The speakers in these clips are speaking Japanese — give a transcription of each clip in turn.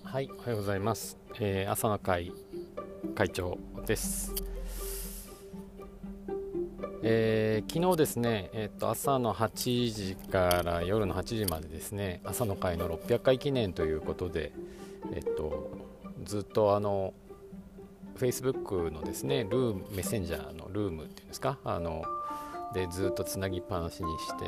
はい、おはようございます。朝の会会長です。昨日ですね、朝の8時から夜の8時までですね、朝の会の600回記念ということで、ずっとFacebook のですね、メッセンジャーのルームっていうんですか、でずっとつなぎっぱなしにして、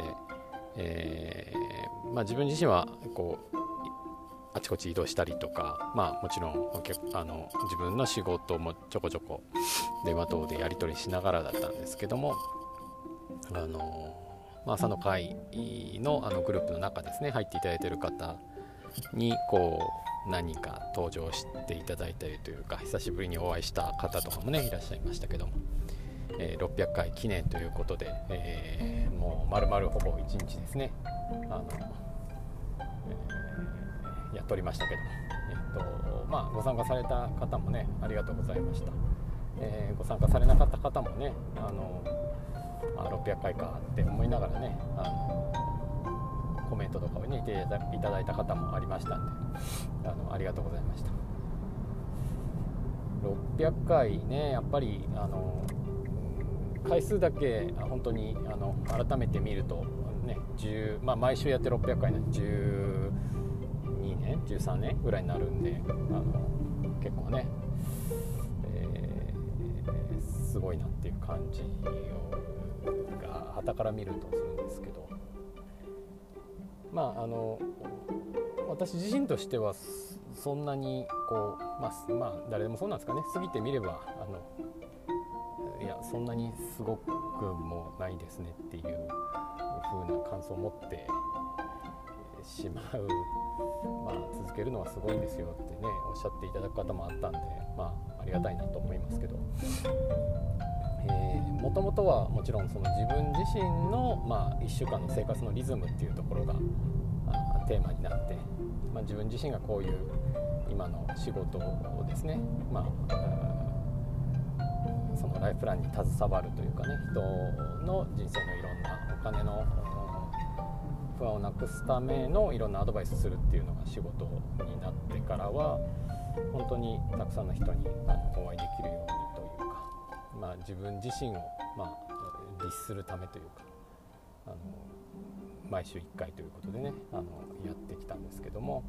自分自身はこうあちこち移動したりとか、もちろん自分の仕事もちょこちょこ電話等でやり取りしながらだったんですけども、朝の会のグループの中ですね、入っていただいている方に何人か登場していただいたりというか、久しぶりにお会いした方とかもねいらっしゃいましたけども、600回記念ということで、もう丸々ほぼ1日ですねやっておりましたけども、ご参加された方もねありがとうございました。ご参加されなかった方もね600回かって思いながらねコメントとかをねいただいた方もありましたんでありがとうございました。600回ね、やっぱり回数だけ本当に改めて見るとね、毎週やって600回なんで12年13年ぐらいになるんで結構ね、すごいなっていう感じが傍から見るとするんですけど、私自身としてはそんなに誰でもそうなんですかね、過ぎてみればいやそんなにすごくもないですねっていう風な感想を持ってしまう、続けるのはすごいんですよってねおっしゃっていただく方もあったんで、ありがたいなと思いますけど、もともとはもちろんその自分自身の、1週間の生活のリズムっていうところがテーマになって、自分自身がこういう今の仕事をですね、そのライフプランに携わるというかね、人の人生のいろんなお金の不安をなくすためのいろんなアドバイスするっていうのが仕事になってからは本当にたくさんの人にお会いできるようにというか、自分自身を律するためというか毎週1回ということでねやってきたんですけども、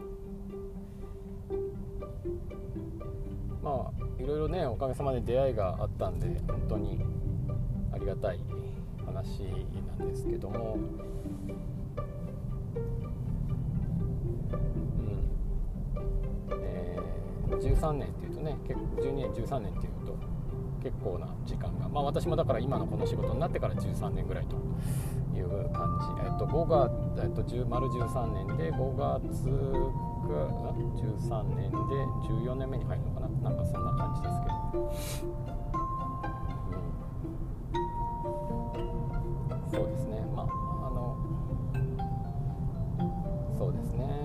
いろいろねおかげさまで出会いがあったんで本当にありがたい話なんですけども、13年っていうとね、12年13年っていうと結構な時間が、私もだから今のこの仕事になってから13年ぐらいという感じ、5月丸13年で5月が13年で14年目に入るのかな、なんかそんな感じですけど、そうですね、そうですね、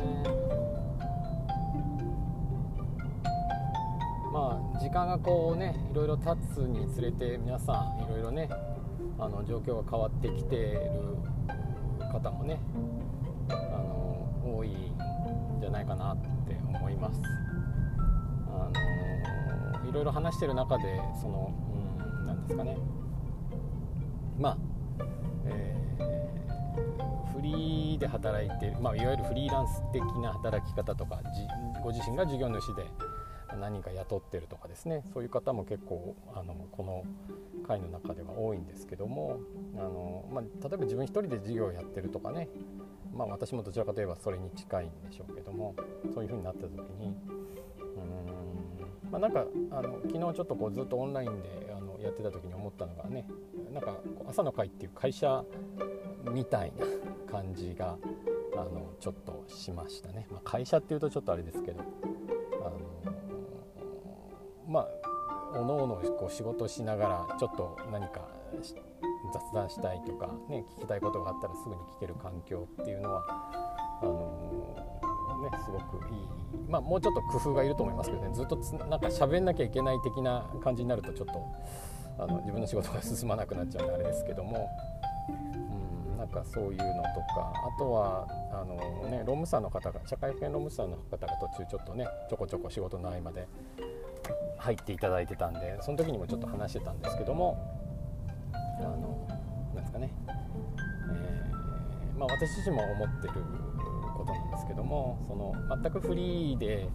時間がいろいろ経つにつれて皆さんいろいろね状況が変わってきている方もね多いんじゃないかなって思います。いろいろ話してる中でなんですかね、フリーで働いている、いわゆるフリーランス的な働き方とかご自身が事業主で何か雇ってるとかですね、そういう方も結構この会の中では多いんですけども、例えば自分一人で事業をやってるとかね、私もどちらかといえばそれに近いんでしょうけども、そういう風になった時に昨日ちょっとずっとオンラインでやってた時に思ったのがね、朝の会っていう会社みたいな感じがちょっとしましたね。会社っていうとちょっとあれですけど、おのおの仕事しながらちょっと何か雑談したいとかね、聞きたいことがあったらすぐに聞ける環境っていうのはすごくいい、もうちょっと工夫がいると思いますけどね、ずっと喋んなきゃいけない的な感じになるとちょっと自分の仕事が進まなくなっちゃうんであれですけども、 なんかそういうのとか、あとは労務士さんの方が、社会保険労務士さんの方が途中ちょっとねちょこちょこ仕事の合間で入っていただいてたんで、その時にもちょっと話してたんですけども、なんですかね、私自身も思ってることなんですけども、その全くフリーで、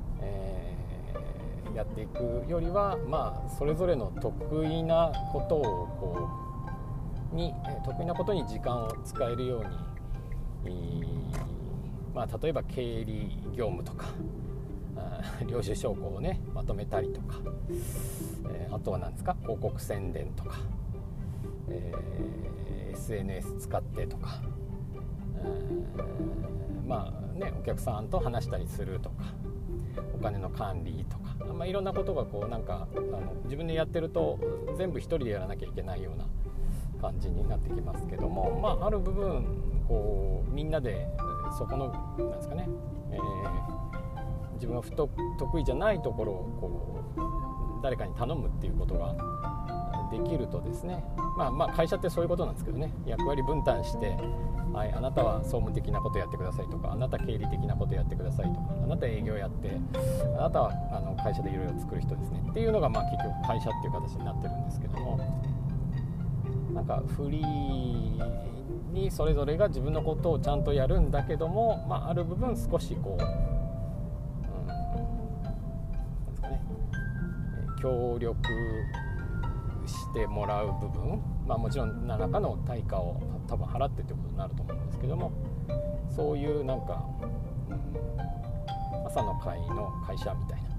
やっていくよりは、それぞれの得意なことを得意なことに時間を使えるように、例えば経理業務とか領収証拠をねまとめたりとか、あとは何ですか、広告宣伝とか、SNS 使ってとか、お客さんと話したりするとか、お金の管理とか、いろんなことが自分でやってると全部一人でやらなきゃいけないような感じになってきますけども、ある部分みんなでそこのなんですかね、自分は得意じゃないところを誰かに頼むっていうことができるとですね、会社ってそういうことなんですけどね、役割分担して、はい、あなたは総務的なことやってくださいとか、あなた経理的なことやってくださいとか、あなた営業やって、あなたは会社でいろいろ作る人ですねっていうのが、結局会社っていう形になってるんですけども、なんかフリーにそれぞれが自分のことをちゃんとやるんだけども、ある部分少しなんですかね、協力してもらう部分、もちろん何らかの対価を多分払ってということになると思うんですけども、そういうなんか、朝の会の会社みたい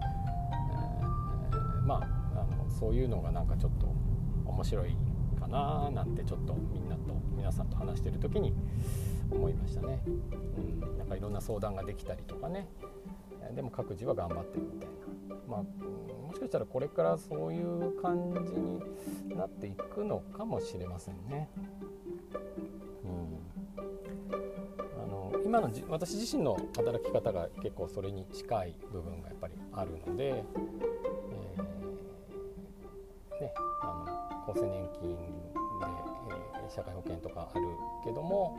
な、そういうのがなんかちょっと面白いかななんてちょっと皆さんと話している時に思いましたね。なんかいろんな相談ができたりとかね、でも各自は頑張ってるみたいな、もしかしたらこれからそういう感じになっていくのかもしれませんね。今の私自身の働き方が結構それに近い部分がやっぱりあるので、厚生年金で、社会保険とかあるけども、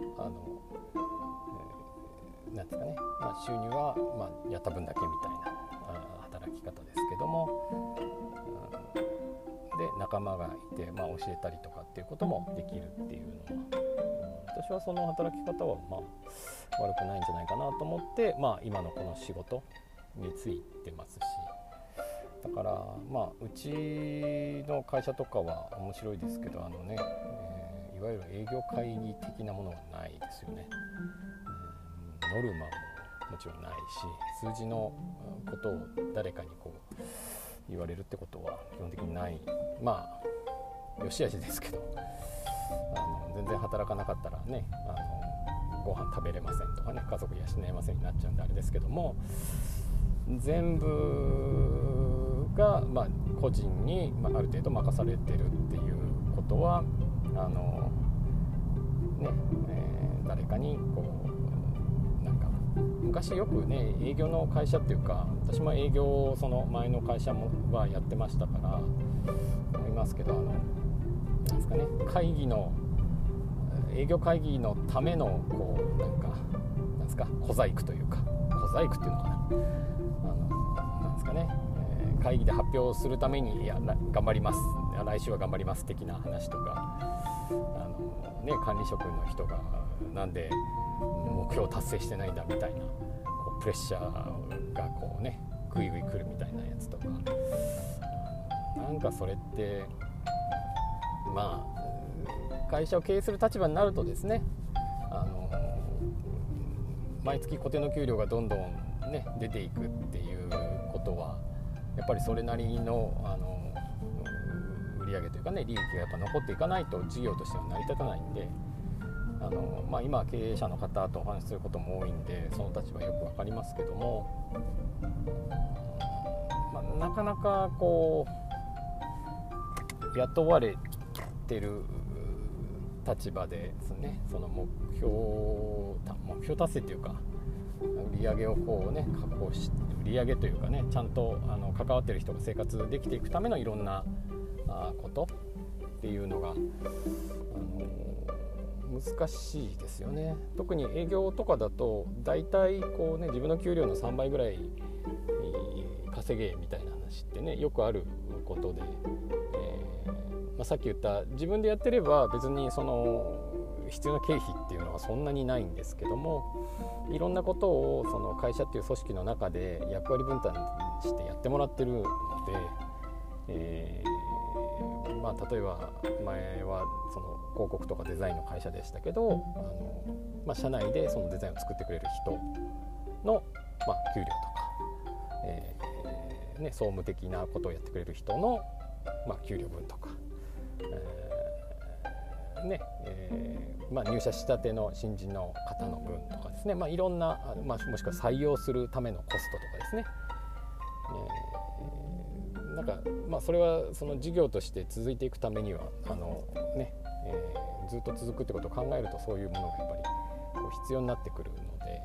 なんですかね、収入はやった分だけみたいな働き方ですけども、で仲間がいて、教えたりとかっていうこともできるっていうのは、私はその働き方は悪くないんじゃないかなと思って、今のこの仕事についてますし、だからうちの会社とかは面白いですけど、いわゆる営業会議的なものはないですよね。ノルマももちろんないし、数字のことを誰かに言われるってことは基本的にない。よしあしですけど、全然働かなかったらね、ご飯食べれませんとかね、家族養えませんになっちゃうんであれですけども、全部が個人にある程度任されてるっていうことは誰かになんか昔よくね、営業の会社っていうか、私も営業その前の会社はやってましたから思いますけど、なんですかね、営業会議のためのなんですか、小細工というか、小細工っていうのかな、なんですかね、会議で発表するために頑張ります、来週は頑張ります的な話とか、管理職の人がなんで目標を達成してないんだみたいなプレッシャーがグイグイ来るみたいなやつとか、なんかそれって会社を経営する立場になるとですね、毎月固定の給料がどんどん出ていくっていうことはやっぱりそれなりの売上というかね、利益がやっぱ残っていかないと事業としては成り立たないんで、今は経営者の方とお話しすることも多いんで、その立場よくわかりますけども、なかなか雇われてる立場でですね、その目標達成というか、売り上げを確保して、売り上げというかね、ちゃんと関わってる人が生活できていくためのいろんなことっていうのが難難しいですよね。特に営業とかだと大体こうね、自分の給料の3倍ぐらい稼げみたいな話ってねよくあることで、さっき言った自分でやってれば別にその必要な経費っていうのはそんなにないんですけども、いろんなことをその会社っていう組織の中で役割分担してやってもらってるので、例えば前はその広告とかデザインの会社でしたけど、社内でそのデザインを作ってくれる人の、給料とか、総務的なことをやってくれる人の、給料分とか、入社したての新人の方の分とかですね、いろんな、もしくは採用するためのコストとかですね、それはその事業として続いていくためにはずっと続くってことを考えると、そういうものがやっぱりこう必要になってくるので、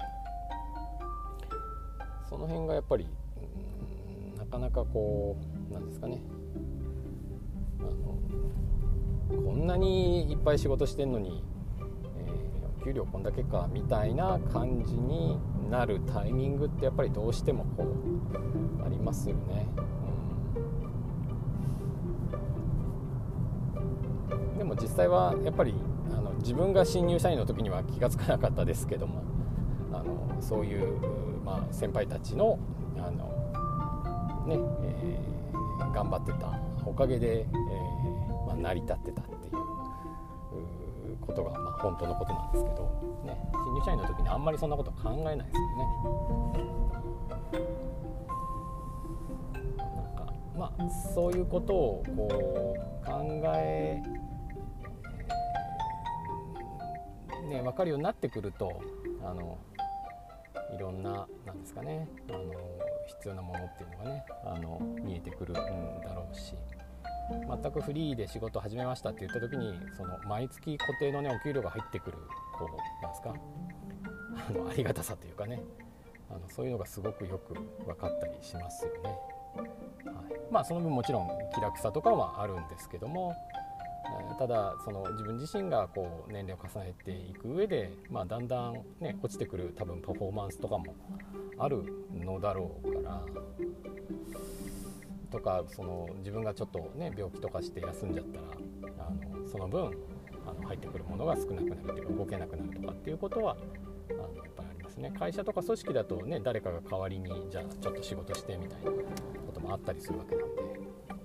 その辺がやっぱりなかなかこうなんですかね、こんなにいっぱい仕事してんのに、お給料こんだけかみたいな感じになるタイミングってやっぱりどうしてもこうありますよね。でも実際はやっぱり自分が新入社員の時には気が付かなかったですけども、そういう、先輩たちの頑張ってたおかげで、成り立ってたっていうことが、本当のことなんですけど、新入社員の時にあんまりそんなこと考えないですよね。そういうことをこう考え分かるようになってくると、いろんななんですかね、必要なものっていうのがね見えてくるんだろうし、全くフリーで仕事始めましたって言った時に、その毎月固定のお給料が入ってくるこうなんですかありがたさというかね、そういうのがすごくよく分かったりしますよね。その分もちろん気楽さとかはあるんですけども、ただその自分自身がこう年齢を重ねていく上で、だんだん落ちてくる多分パフォーマンスとかもあるのだろうからとか、その自分がちょっと病気とかして休んじゃったらその分入ってくるものが少なくなるというか動けなくなるとかっていうことはやっぱりありますね。会社とか組織だと誰かが代わりにじゃあちょっと仕事してみたいなこともあったりするわけなんで、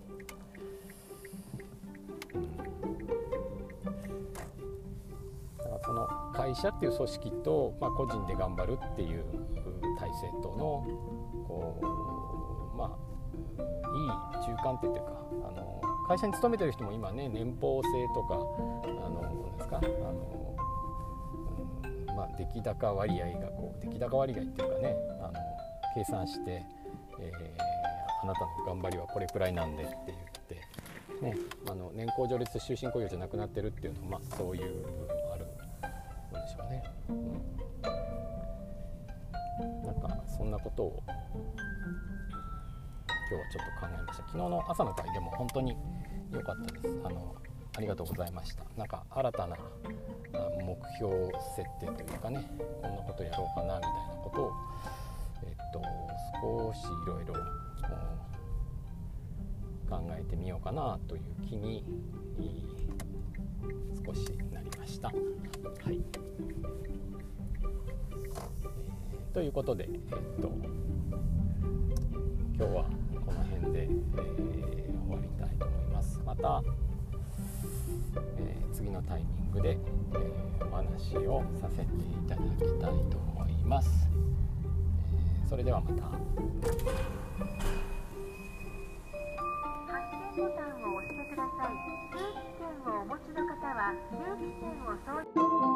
その会社っていう組織と、個人で頑張るっていう体制とのこう、いい中間点というか、会社に勤めてる人も今ね、年俸制とかなんですか出来高割合がこう出来高割合っていうかね、計算して、あなたの頑張りはこれくらいなんでって言って、年功序列終身雇用じゃなくなってるっていうのは、そういう部分もあるのでしょうね。そんなことを今日はちょっと考えました。昨日の朝の会でも本当に良かったです。ありがとうございました。新たな目標設定というかね、こんなことやろうかなみたいなことを、少しいろいろ考えてみようかなという気に少しなりました。ということで、今日はこの辺で、終わりたいと思います。また、次のタイミングで、お話をさせていただきたいと思います。それではまた。 発信ボタンを押してください。定期券をお持ちの方は定期券を送